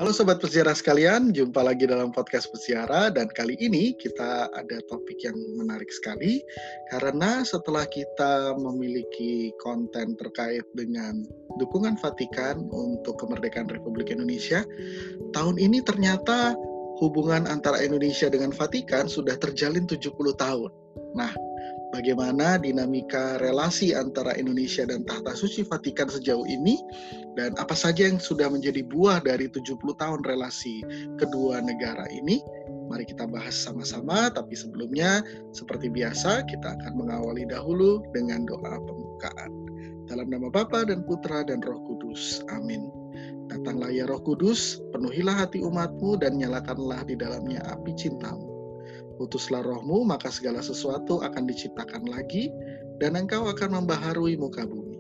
Halo Sobat Peziarah sekalian, jumpa lagi dalam podcast Peziarah dan kali ini kita ada topik yang menarik sekali karena setelah kita memiliki konten terkait dengan dukungan Vatikan untuk kemerdekaan Republik Indonesia, tahun ini ternyata hubungan antara Indonesia dengan Vatikan sudah terjalin 70 tahun. Nah, bagaimana dinamika relasi antara Indonesia dan Tahta Suci Vatikan sejauh ini, dan apa saja yang sudah menjadi buah dari 70 tahun relasi kedua negara ini. Mari kita bahas sama-sama, tapi sebelumnya seperti biasa kita akan mengawali dahulu dengan doa pembukaan. Dalam nama Bapa dan Putra dan Roh Kudus. Amin. Datanglah ya Roh Kudus, penuhilah hati umat-Mu dan nyalakanlah di dalamnya api cinta-Mu. Utuslah rohmu, maka segala sesuatu akan diciptakan lagi, dan engkau akan membaharui muka bumi.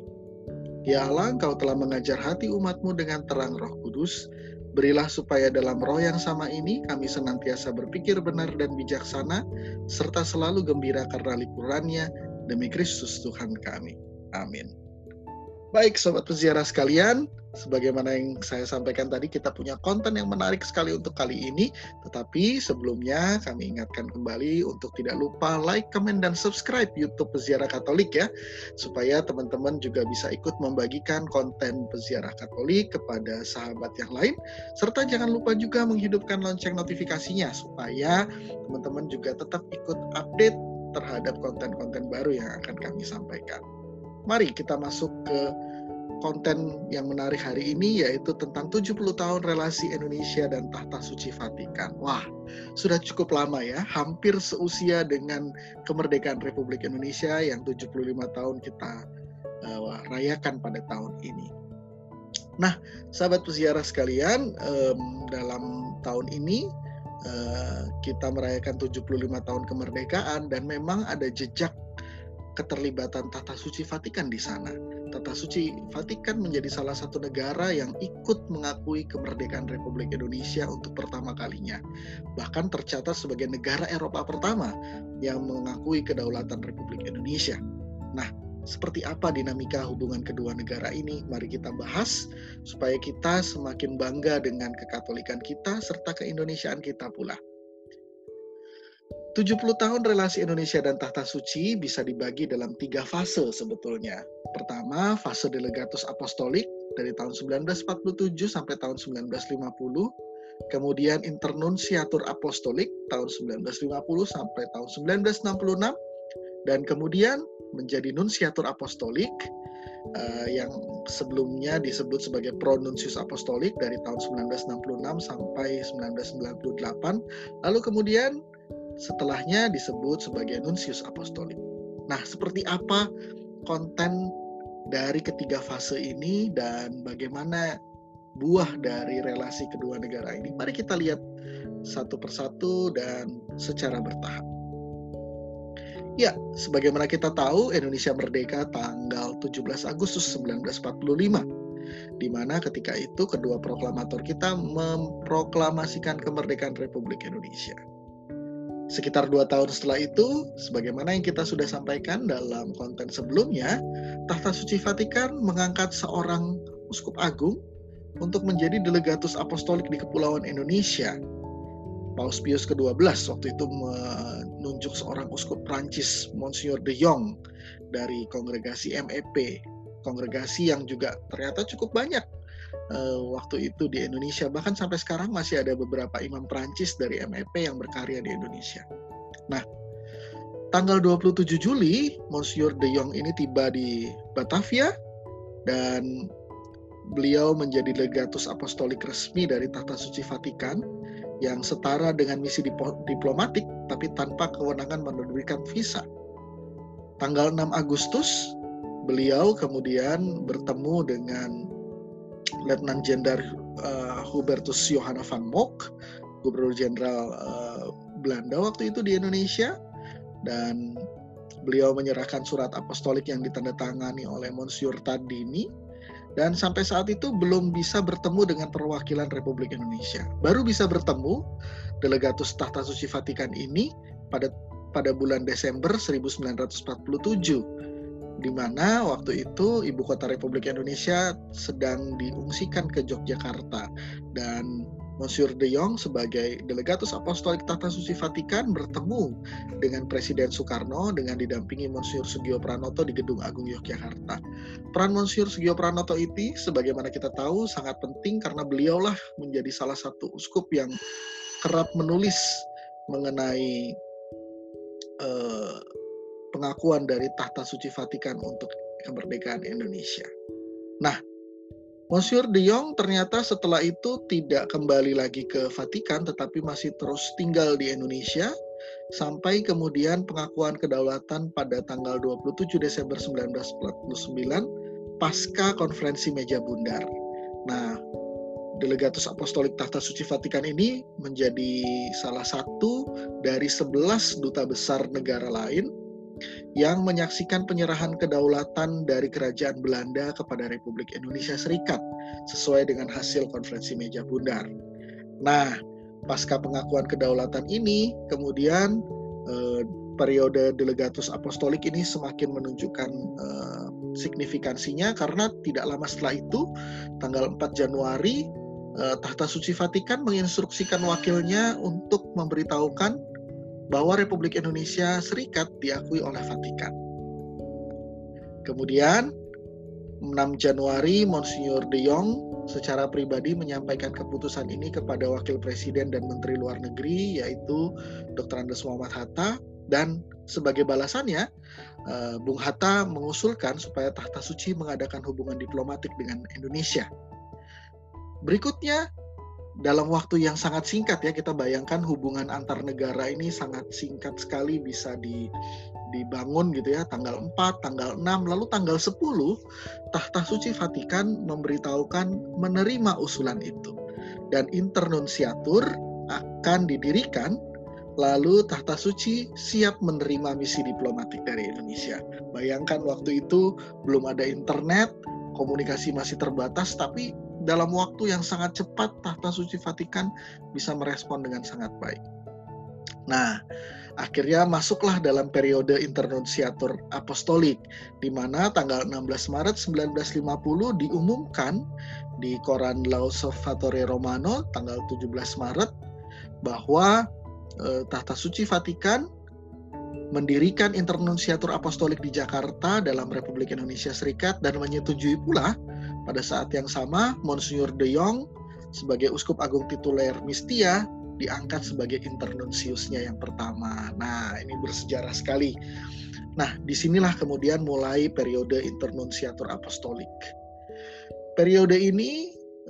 Ya Allah, engkau telah mengajar hati umatmu dengan terang Roh Kudus. Berilah supaya dalam roh yang sama ini kami senantiasa berpikir benar dan bijaksana, serta selalu gembira karena lipurannya, demi Kristus Tuhan kami. Amin. Baik Sobat Peziarah sekalian, sebagaimana yang saya sampaikan tadi, kita punya konten yang menarik sekali untuk kali ini. Tetapi sebelumnya kami ingatkan kembali untuk tidak lupa like, comment, dan subscribe YouTube Peziarah Katolik ya, supaya teman-teman juga bisa ikut membagikan konten Peziarah Katolik kepada sahabat yang lain. Serta jangan lupa juga menghidupkan lonceng notifikasinya, supaya teman-teman juga tetap ikut update terhadap konten-konten baru yang akan kami sampaikan. Mari kita masuk ke konten yang menarik hari ini, yaitu tentang 70 tahun relasi Indonesia dan Tahta Suci Vatikan. Wah, sudah cukup lama ya, hampir seusia dengan kemerdekaan Republik Indonesia yang 75 tahun kita rayakan pada tahun ini. Nah, sahabat peziarah sekalian, dalam tahun ini kita merayakan 75 tahun kemerdekaan dan memang ada jejak keterlibatan Tahta Suci Vatikan di sana. Tahta Suci Vatikan menjadi salah satu negara yang ikut mengakui kemerdekaan Republik Indonesia untuk pertama kalinya. Bahkan tercatat sebagai negara Eropa pertama yang mengakui kedaulatan Republik Indonesia. Nah, seperti apa dinamika hubungan kedua negara ini? Mari kita bahas supaya kita semakin bangga dengan kekatolikan kita serta keindonesiaan kita pula. 70 tahun relasi Indonesia dan Tahta Suci bisa dibagi dalam 3 fase sebetulnya. Pertama, fase Delegatus Apostolik dari tahun 1947 sampai tahun 1950. Kemudian Internunciatur Apostolik tahun 1950 sampai tahun 1966. Dan kemudian menjadi Nunciatur Apostolik yang sebelumnya disebut sebagai Pronuncius Apostolik dari tahun 1966 sampai 1998. Lalu kemudian setelahnya disebut sebagai Nuncius Apostolik. Nah, seperti apa konten dari ketiga fase ini dan bagaimana buah dari relasi kedua negara ini? Mari kita lihat satu persatu dan secara bertahap. Ya, sebagaimana kita tahu, Indonesia merdeka tanggal 17 Agustus 1945. Di mana ketika itu kedua proklamator kita memproklamasikan kemerdekaan Republik Indonesia. Sekitar 2 tahun setelah itu, sebagaimana yang kita sudah sampaikan dalam konten sebelumnya, Tahta Suci Vatikan mengangkat seorang uskup agung untuk menjadi Delegatus Apostolik di Kepulauan Indonesia. Paus Pius ke-12 waktu itu menunjuk seorang uskup Prancis, Monsignor de Jong, dari kongregasi MEP, kongregasi yang juga ternyata cukup banyak waktu itu di Indonesia. Bahkan sampai sekarang masih ada beberapa imam Prancis dari MEP yang berkarya di Indonesia. Nah, tanggal 27 Juli, Monsignor de Jong ini tiba di Batavia dan beliau menjadi Legatus Apostolik resmi dari Tahta Suci Vatikan yang setara dengan misi diplomatik tapi tanpa kewenangan menerbitkan visa. Tanggal 6 Agustus, beliau kemudian bertemu dengan Letnan Jenderal Hubertus Johanna van Mock, Gubernur Jenderal Belanda waktu itu di Indonesia, dan beliau menyerahkan surat apostolik yang ditandatangani oleh Monsignor Tardini, dan sampai saat itu belum bisa bertemu dengan perwakilan Republik Indonesia. Baru bisa bertemu Delegatus Tahta Suci Vatikan ini pada bulan Desember 1947. Di mana waktu itu ibu kota Republik Indonesia sedang diungsikan ke Yogyakarta dan Monsieur de Jong sebagai Delegatus Apostolik Tahta Suci Vatikan bertemu dengan Presiden Soekarno dengan didampingi Monsieur Sugio Pranoto di Gedung Agung Yogyakarta. Peran Monsieur Sugio Pranoto ini, sebagaimana kita tahu, sangat penting karena beliaulah menjadi salah satu uskup yang kerap menulis mengenai pengakuan dari Tahta Suci Vatikan untuk kemerdekaan Indonesia. Nah, Monsieur de Jong ternyata setelah itu tidak kembali lagi ke Vatikan, tetapi masih terus tinggal di Indonesia, sampai kemudian pengakuan kedaulatan pada tanggal 27 Desember 1949, pasca konferensi meja bundar. Nah, Delegatus Apostolik Tahta Suci Vatikan ini menjadi salah satu dari 11 duta besar negara lain yang menyaksikan penyerahan kedaulatan dari Kerajaan Belanda kepada Republik Indonesia Serikat sesuai dengan hasil konferensi meja bundar. Nah, pasca pengakuan kedaulatan ini, kemudian periode Delegatus Apostolik ini semakin menunjukkan signifikansinya karena tidak lama setelah itu, tanggal 4 Januari, Tahta Suci Vatikan menginstruksikan wakilnya untuk memberitahukan bahwa Republik Indonesia Serikat diakui oleh Vatikan. Kemudian 6 Januari Monsignor de Jong secara pribadi menyampaikan keputusan ini kepada Wakil Presiden dan Menteri Luar Negeri yaitu Dr. Andes Muhammad Hatta, dan sebagai balasannya Bung Hatta mengusulkan supaya Tahta Suci mengadakan hubungan diplomatik dengan Indonesia. Berikutnya, dalam waktu yang sangat singkat ya, kita bayangkan hubungan antar negara ini sangat singkat sekali bisa dibangun gitu ya, tanggal 4, tanggal 6, lalu tanggal 10 Tahta Suci Vatikan memberitahukan menerima usulan itu dan internunsiatur akan didirikan, lalu Tahta Suci siap menerima misi diplomatik dari Indonesia. Bayangkan waktu itu belum ada internet, komunikasi masih terbatas, tapi dalam waktu yang sangat cepat Tahta Suci Vatikan bisa merespon dengan sangat baik. Nah, akhirnya masuklah dalam periode internunsiatur apostolik, di mana tanggal 16 Maret 1950 diumumkan di koran L'Osservatore Romano tanggal 17 Maret bahwa Tahta Suci Vatikan mendirikan internunsiatur apostolik di Jakarta dalam Republik Indonesia Serikat dan menyetujui pula pada saat yang sama Monsignor de Jong sebagai Uskup Agung Tituler Mistia diangkat sebagai internunsiusnya yang pertama. Nah, ini bersejarah sekali. Nah, disinilah kemudian mulai periode internunsiatur apostolik. Periode ini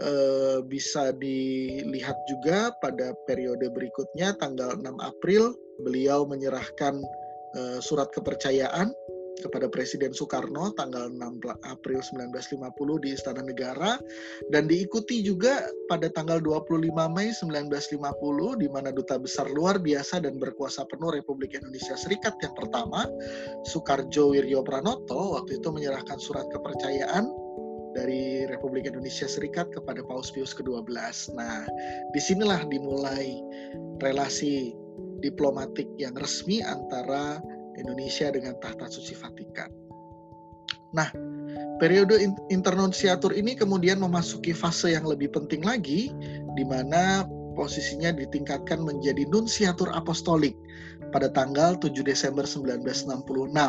bisa dilihat juga pada periode berikutnya, tanggal 6 April beliau menyerahkan surat kepercayaan kepada Presiden Soekarno tanggal 6 April 1950 di Istana Negara, dan diikuti juga pada tanggal 25 Mei 1950 di mana Duta Besar Luar Biasa dan Berkuasa Penuh Republik Indonesia Serikat yang pertama, Soekarjo Wiryo Pranoto, waktu itu menyerahkan surat kepercayaan dari Republik Indonesia Serikat kepada Paus Pius ke-12. Nah, disinilah dimulai relasi diplomatik yang resmi antara Indonesia dengan Tahta Suci Vatikan. Nah, periode internunsiatur ini kemudian memasuki fase yang lebih penting lagi, di mana posisinya ditingkatkan menjadi nunsiatur apostolik pada tanggal 7 Desember 1966,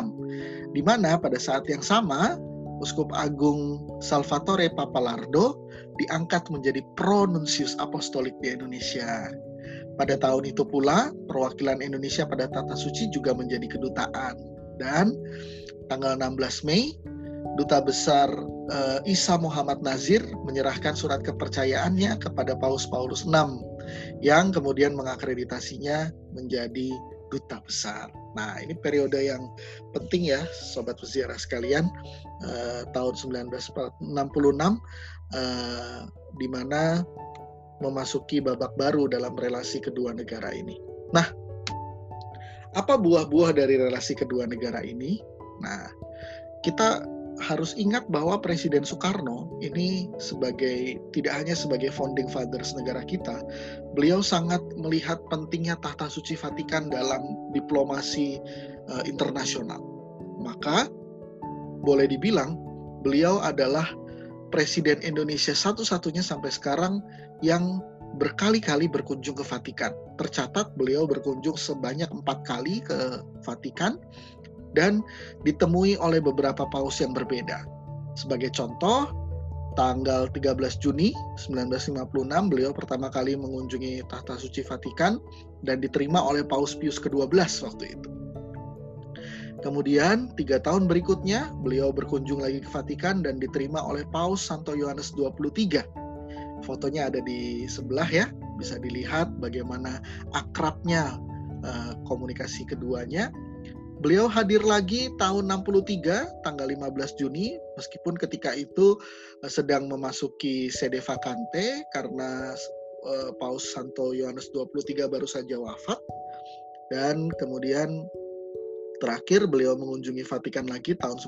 di mana pada saat yang sama Uskup Agung Salvatore Pappalardo diangkat menjadi pronunsius apostolik di Indonesia. Pada tahun itu pula, perwakilan Indonesia pada Tahta Suci juga menjadi kedutaan. Dan tanggal 16 Mei, Duta Besar Isa Muhammad Nazir menyerahkan surat kepercayaannya kepada Paus Paulus VI, yang kemudian mengakreditasinya menjadi Duta Besar. Nah, ini periode yang penting ya, Sobat Peziarah sekalian, tahun 1966, di mana memasuki babak baru dalam relasi kedua negara ini. Nah, apa buah-buah dari relasi kedua negara ini? Nah, kita harus ingat bahwa Presiden Soekarno ini tidak hanya sebagai founding fathers negara kita, beliau sangat melihat pentingnya Tahta Suci Vatikan dalam diplomasi internasional. Maka boleh dibilang beliau adalah Presiden Indonesia satu-satunya sampai sekarang yang berkali-kali berkunjung ke Vatikan. Tercatat beliau berkunjung sebanyak 4 kali ke Vatikan dan ditemui oleh beberapa paus yang berbeda. Sebagai contoh, tanggal 13 Juni 1956 beliau pertama kali mengunjungi Tahta Suci Vatikan dan diterima oleh Paus Pius ke-12 waktu itu. Kemudian 3 tahun berikutnya beliau berkunjung lagi ke Vatikan dan diterima oleh Paus Santo Yohanes 23. Fotonya ada di sebelah ya, bisa dilihat bagaimana akrabnya komunikasi keduanya. Beliau hadir lagi tahun 63 tanggal 15 Juni meskipun ketika itu sedang memasuki sede vacante karena Paus Santo Yohanes 23 baru saja wafat. Dan kemudian terakhir beliau mengunjungi Vatikan lagi tahun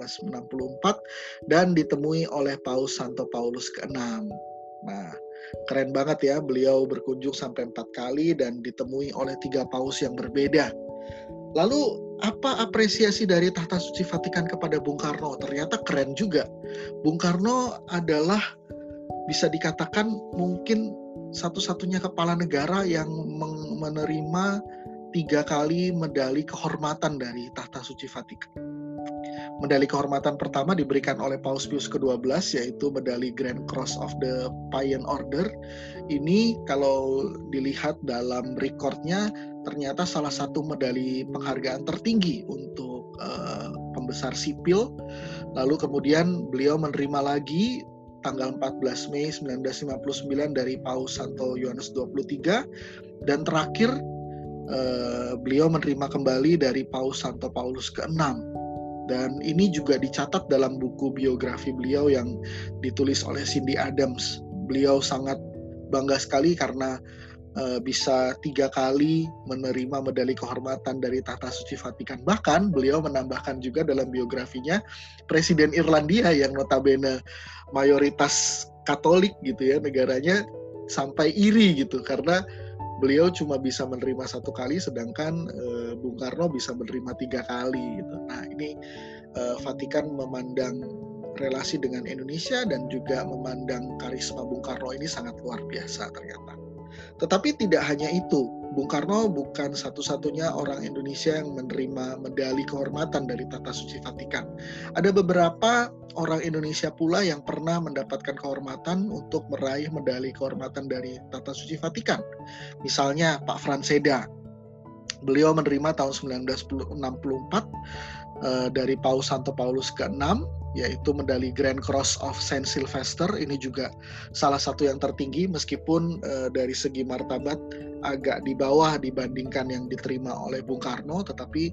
1964 dan ditemui oleh Paus Santo Paulus ke-6. Nah, keren banget ya, beliau berkunjung sampai 4 kali dan ditemui oleh 3 paus yang berbeda. Lalu apa apresiasi dari Tahta Suci Vatikan kepada Bung Karno? Ternyata keren juga. Bung Karno adalah bisa dikatakan mungkin satu-satunya kepala negara yang menerima 3 kali medali kehormatan dari Tahta Suci Vatikan. Medali kehormatan pertama diberikan oleh Paus Pius ke-12 yaitu medali Grand Cross of the Pious Order. Ini kalau dilihat dalam rekornya ternyata salah satu medali penghargaan tertinggi untuk pembesar sipil. Lalu kemudian beliau menerima lagi tanggal 14 Mei 1959 dari Paus Santo Yohanes 23 dan terakhir beliau menerima kembali dari Paus Santo Paulus ke-6. Dan ini juga dicatat dalam buku biografi beliau yang ditulis oleh Cindy Adams. Beliau sangat bangga sekali karena bisa 3 kali menerima medali kehormatan dari Tahta Suci Vatikan. Bahkan beliau menambahkan juga dalam biografinya Presiden Irlandia yang notabene mayoritas Katolik gitu ya negaranya sampai iri gitu karena beliau cuma bisa menerima 1 kali, sedangkan Bung Karno bisa menerima 3 kali. Gitu. Nah ini Vatikan memandang relasi dengan Indonesia dan juga memandang karisma Bung Karno ini sangat luar biasa ternyata. Tetapi tidak hanya itu, Bung Karno bukan satu-satunya orang Indonesia yang menerima medali kehormatan dari Tahta Suci Vatikan. Ada beberapa orang Indonesia pula yang pernah mendapatkan kehormatan untuk meraih medali kehormatan dari Tahta Suci Vatikan. Misalnya Pak Franseda. Beliau menerima tahun 1964 dari Paus Santo Paulus ke-6, yaitu medali Grand Cross of Saint Sylvester. Ini juga salah satu yang tertinggi meskipun dari segi martabat agak di bawah dibandingkan yang diterima oleh Bung Karno, tetapi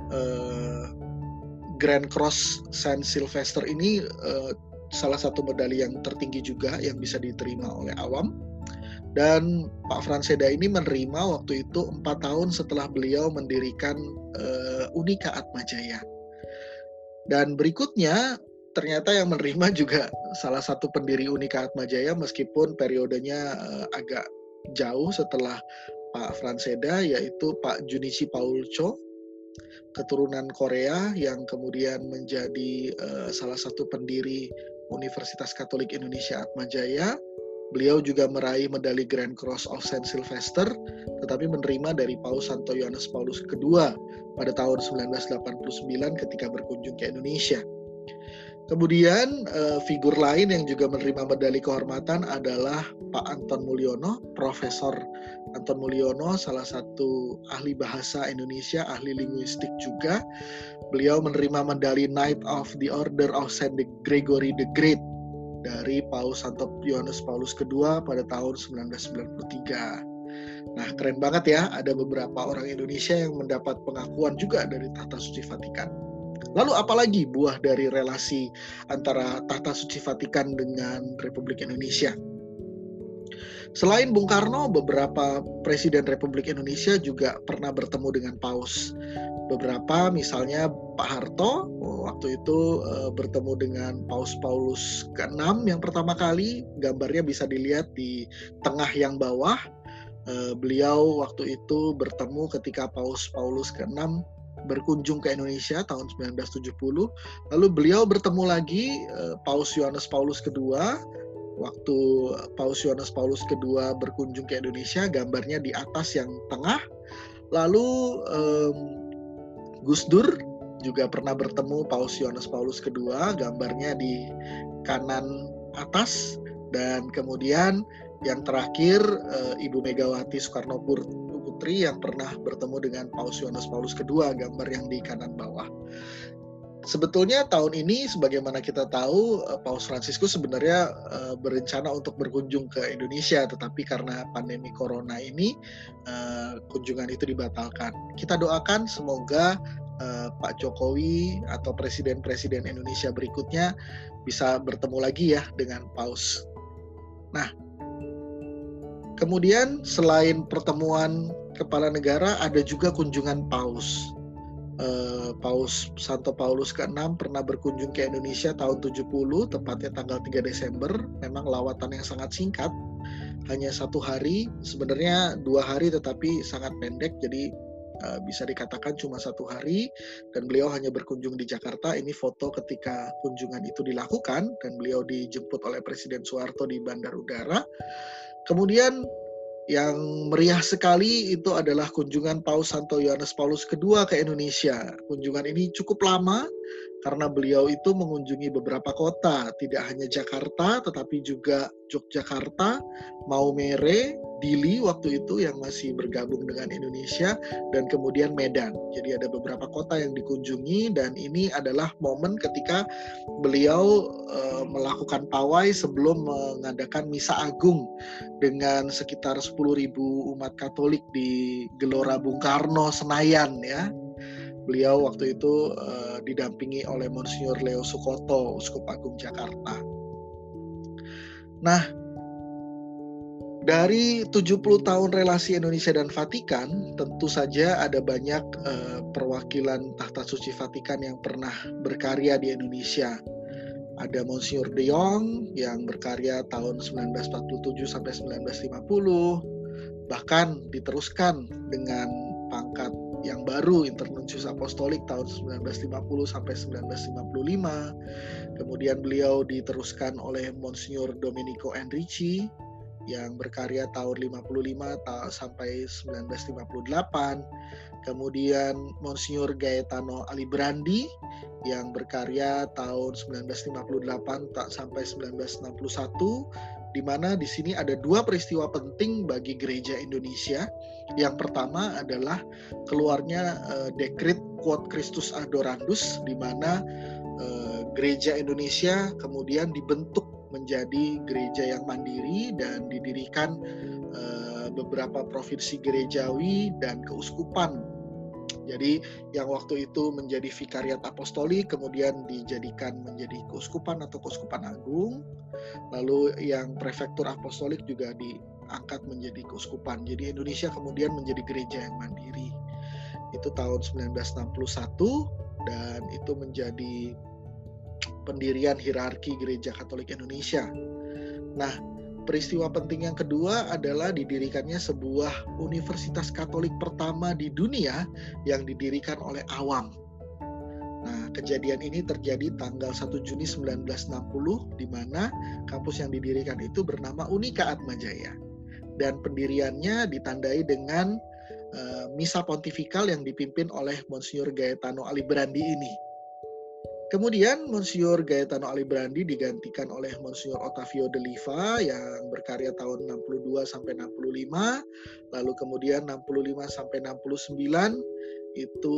Grand Cross Saint Sylvester ini salah satu medali yang tertinggi juga yang bisa diterima oleh awam. Dan Pak Franseda ini menerima waktu itu 4 tahun setelah beliau mendirikan Unika Atmajaya. Dan berikutnya ternyata yang menerima juga salah satu pendiri Unika Atmajaya meskipun periodenya agak jauh setelah Pak Franseda, yaitu Pak Junichi Paul Cho, keturunan Korea yang kemudian menjadi salah satu pendiri Universitas Katolik Indonesia Atmajaya. Beliau juga meraih medali Grand Cross of Saint Sylvester, tetapi menerima dari Paus Santo Yohanes Paulus II pada tahun 1989 ketika berkunjung ke Indonesia. Kemudian figur lain yang juga menerima medali kehormatan adalah Pak Anton Mulyono, Profesor Anton Mulyono, salah satu ahli bahasa Indonesia, ahli linguistik juga. Beliau menerima medali Knight of the Order of Saint Gregory the Great dari Paus Santo Yohanes Paulus II pada tahun 1993. Nah, keren banget ya, ada beberapa orang Indonesia yang mendapat pengakuan juga dari Tahta Suci Vatikan. Lalu apalagi buah dari relasi antara Tahta Suci Vatikan dengan Republik Indonesia? Selain Bung Karno, beberapa Presiden Republik Indonesia juga pernah bertemu dengan Paus. Beberapa misalnya Pak Harto waktu itu bertemu dengan Paus Paulus ke-6 yang pertama kali, gambarnya bisa dilihat di tengah yang bawah. Beliau waktu itu bertemu ketika Paus Paulus ke-6 berkunjung ke Indonesia tahun 1970. Lalu beliau bertemu lagi Paus Yohanes Paulus II waktu Paus Yohanes Paulus II berkunjung ke Indonesia, gambarnya di atas yang tengah. Lalu Gus Dur juga pernah bertemu Paus Yohanes Paulus II, gambarnya di kanan atas. Dan kemudian yang terakhir Ibu Megawati Soekarno Putri yang pernah bertemu dengan Paus Yohanes Paulus II, gambar yang di kanan bawah. Sebetulnya tahun ini sebagaimana kita tahu Paus Fransiskus sebenarnya berencana untuk berkunjung ke Indonesia, tetapi karena pandemi corona ini kunjungan itu dibatalkan. Kita doakan semoga Pak Jokowi atau presiden-presiden Indonesia berikutnya bisa bertemu lagi ya dengan Paus. Nah, kemudian selain pertemuan kepala negara ada juga kunjungan Paus. Paus Santo Paulus ke-6 pernah berkunjung ke Indonesia tahun 70, tepatnya tanggal 3 Desember. Memang lawatan yang sangat singkat, hanya 1 hari, sebenarnya 2 hari tetapi sangat pendek, jadi bisa dikatakan cuma 1 hari, dan beliau hanya berkunjung di Jakarta. Ini foto ketika kunjungan itu dilakukan, dan beliau dijemput oleh Presiden Soeharto di Bandar Udara. Kemudian yang meriah sekali itu adalah kunjungan Paus Santo Yohanes Paulus II ke Indonesia. Kunjungan ini cukup lama karena beliau itu mengunjungi beberapa kota, tidak hanya Jakarta tetapi juga Yogyakarta, Maumere, Dili waktu itu yang masih bergabung dengan Indonesia, dan kemudian Medan. Jadi ada beberapa kota yang dikunjungi, dan ini adalah momen ketika beliau melakukan pawai sebelum mengadakan misa agung dengan sekitar 10.000 umat Katolik di Gelora Bung Karno, Senayan ya. Beliau waktu itu didampingi oleh Monsinyur Leo Sukoto, Uskup Agung Jakarta. Nah, dari 70 tahun relasi Indonesia dan Vatikan, tentu saja ada banyak perwakilan Tahta Suci Vatikan yang pernah berkarya di Indonesia. Ada Monsinyur de Jong yang berkarya tahun 1947 sampai 1950, bahkan diteruskan dengan pangkat yang baru Internuncius Apostolik tahun 1950 sampai 1955. Kemudian beliau diteruskan oleh Monsinyur Domenico Enrici yang berkarya tahun 55 sampai 1958. Kemudian Monsinyur Gaetano Alibrandi yang berkarya tahun 1958 sampai 1961, di mana di sini ada 2 peristiwa penting bagi gereja Indonesia. Yang pertama adalah keluarnya dekret Quod Christus Adorandus, di mana gereja Indonesia kemudian dibentuk menjadi gereja yang mandiri dan didirikan beberapa provinsi gerejawi dan keuskupan. Jadi yang waktu itu menjadi vikariat apostolik kemudian dijadikan menjadi keuskupan atau keuskupan agung. Lalu yang prefektur apostolik juga diangkat menjadi keuskupan. Jadi Indonesia kemudian menjadi gereja yang mandiri. Itu tahun 1961, dan itu menjadi pendirian hierarki Gereja Katolik Indonesia. Nah, peristiwa penting yang kedua adalah didirikannya sebuah universitas Katolik pertama di dunia yang didirikan oleh awam. Nah, kejadian ini terjadi tanggal 1 Juni 1960, di mana kampus yang didirikan itu bernama Unika Atmajaya. Dan pendiriannya ditandai dengan misa pontifikal yang dipimpin oleh Monsinyur Gaetano Alibrandi ini. Kemudian Monsinyur Gaetano Alibrandi digantikan oleh Monsinyur Ottavio de Liva yang berkarya tahun 62 sampai 65. Lalu kemudian 65 sampai 69 itu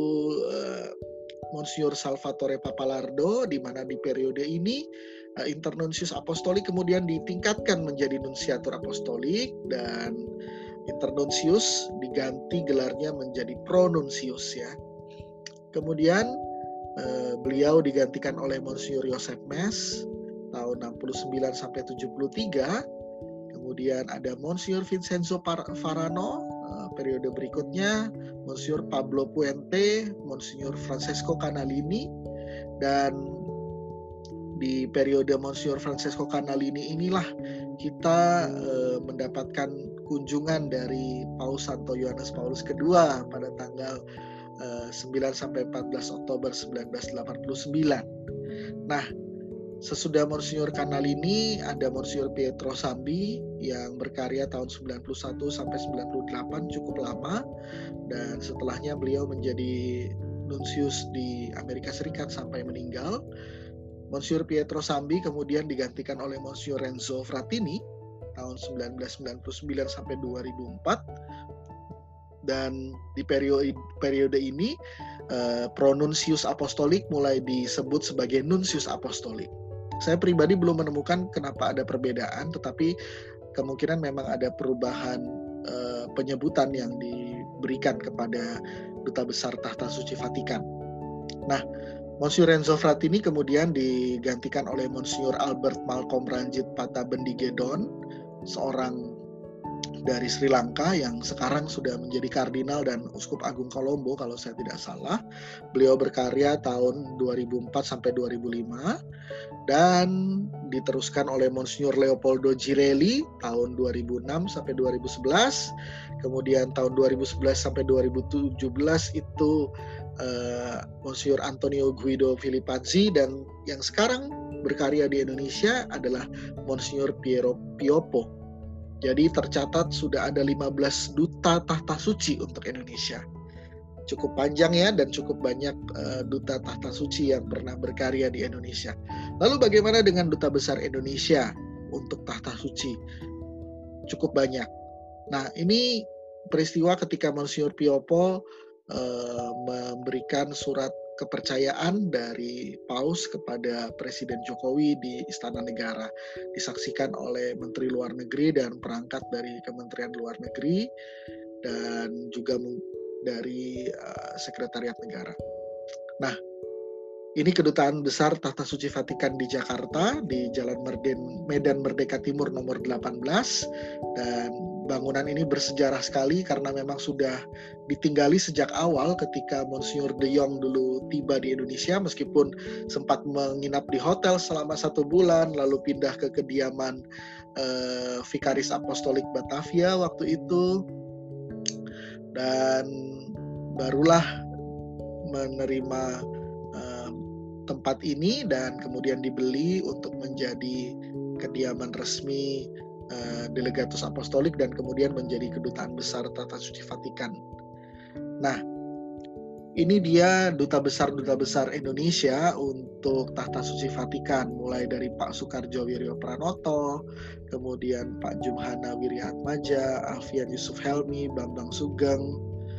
Monsinyur Salvatore Pappalardo, di mana di periode ini Internuncius Apostolik kemudian ditingkatkan menjadi Nunciatur Apostolik, dan Internuncius diganti gelarnya menjadi Pronuncius ya. Kemudian beliau digantikan oleh Monsinyur Joseph Mes tahun 69 sampai 73. Kemudian ada Monsinyur Vincenzo Varano periode berikutnya, Monsinyur Pablo Puente, Monsinyur Francesco Canalini, dan di periode Monsinyur Francesco Canalini inilah kita mendapatkan kunjungan dari Paus Santo Yohanes Paulus II pada tanggal 9 sampai 14 Oktober 1989. Nah, Sesudah Monsignor Canalini ada Monsignor Pietro Sambi yang berkarya tahun 91 sampai 98, cukup lama, dan setelahnya beliau menjadi nunsius di Amerika Serikat sampai meninggal. Monsignor Pietro Sambi kemudian digantikan oleh Monsignor Renzo Frattini tahun 1999 sampai 2004. Dan di periode ini pronunsius apostolik mulai disebut sebagai nunsius apostolik. Saya pribadi belum menemukan kenapa ada perbedaan, tetapi kemungkinan memang ada perubahan penyebutan yang diberikan kepada Duta Besar Tahta Suci Vatikan. Nah, Monsignor Renzo Frattini kemudian digantikan oleh Monsignor Albert Malcolm Ranjit Patabendigedon, seorang dari Sri Lanka yang sekarang sudah menjadi kardinal dan uskup agung Kolombo kalau saya tidak salah. Beliau berkarya tahun 2004 sampai 2005 dan diteruskan oleh Monsignor Leopoldo Girelli tahun 2006 sampai 2011. Kemudian tahun 2011 sampai 2017 itu Monsignor Antonio Guido Filipazzi, dan yang sekarang berkarya di Indonesia adalah Monsignor Piero Piopo. Jadi tercatat sudah ada 15 duta tahta suci untuk Indonesia. Cukup panjang ya, dan cukup banyak duta tahta suci yang pernah berkarya di Indonesia. Lalu bagaimana dengan duta besar Indonesia untuk tahta suci? Cukup banyak. Nah, ini peristiwa ketika Monsignor Piopo memberikan surat kepercayaan dari Paus kepada Presiden Jokowi di Istana Negara, disaksikan oleh Menteri Luar Negeri dan perangkat dari Kementerian Luar Negeri dan juga dari Sekretariat Negara. Nah, ini Kedutaan Besar Tahta Suci Vatikan di Jakarta, di Jalan Medan Merdeka Timur nomor 18, dan bangunan ini bersejarah sekali karena memang sudah ditinggali sejak awal ketika Monsignor de Jong dulu tiba di Indonesia, meskipun sempat menginap di hotel selama 1 bulan, lalu pindah ke kediaman Vikaris Apostolik Batavia waktu itu, dan barulah menerima tempat ini dan kemudian dibeli untuk menjadi kediaman resmi Delegatus Apostolik dan kemudian menjadi Kedutaan Besar Tahta Suci Vatikan. Nah, ini dia duta besar Indonesia untuk Tahta Suci Vatikan, mulai dari Pak Soekarjo Wiryo Pranoto, kemudian Pak Jumhana Wiryaatmaja, Alfian Yusuf Helmi, Bambang Sugeng,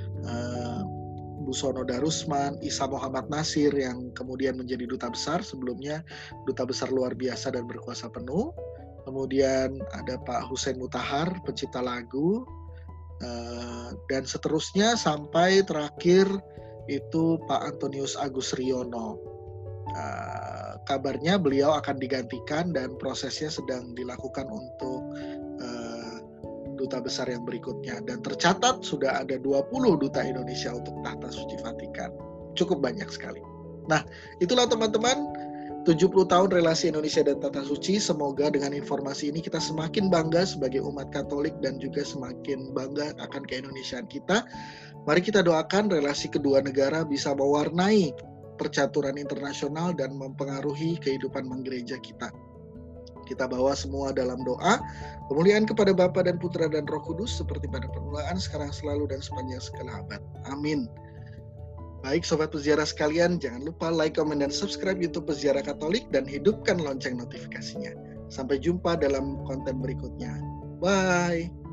Busono Darusman, Isa Muhammad Nasir yang kemudian menjadi duta besar, sebelumnya duta besar luar biasa dan berkuasa penuh. Kemudian ada Pak Hussein Mutahar, pencipta lagu, dan seterusnya sampai terakhir itu Pak Antonius Agus Riono. Kabarnya beliau akan digantikan dan prosesnya sedang dilakukan untuk duta besar yang berikutnya, dan tercatat sudah ada 20 duta Indonesia untuk Tahta Suci Vatikan. Cukup banyak sekali. Nah, itulah teman-teman 70 tahun relasi Indonesia dan Tahta Suci. Semoga dengan informasi ini kita semakin bangga sebagai umat Katolik dan juga semakin bangga akan keindonesiaan kita. Mari kita doakan relasi kedua negara bisa mewarnai percaturan internasional dan mempengaruhi kehidupan menggereja kita. Kita bawa semua dalam doa, kemuliaan kepada Bapa dan Putra dan Roh Kudus seperti pada permulaan, sekarang, selalu, dan sepanjang segala abad. Amin. Baik Sobat Peziarah sekalian, jangan lupa like, komen, dan subscribe YouTube Peziarah Katolik dan hidupkan lonceng notifikasinya. Sampai jumpa dalam konten berikutnya. Bye.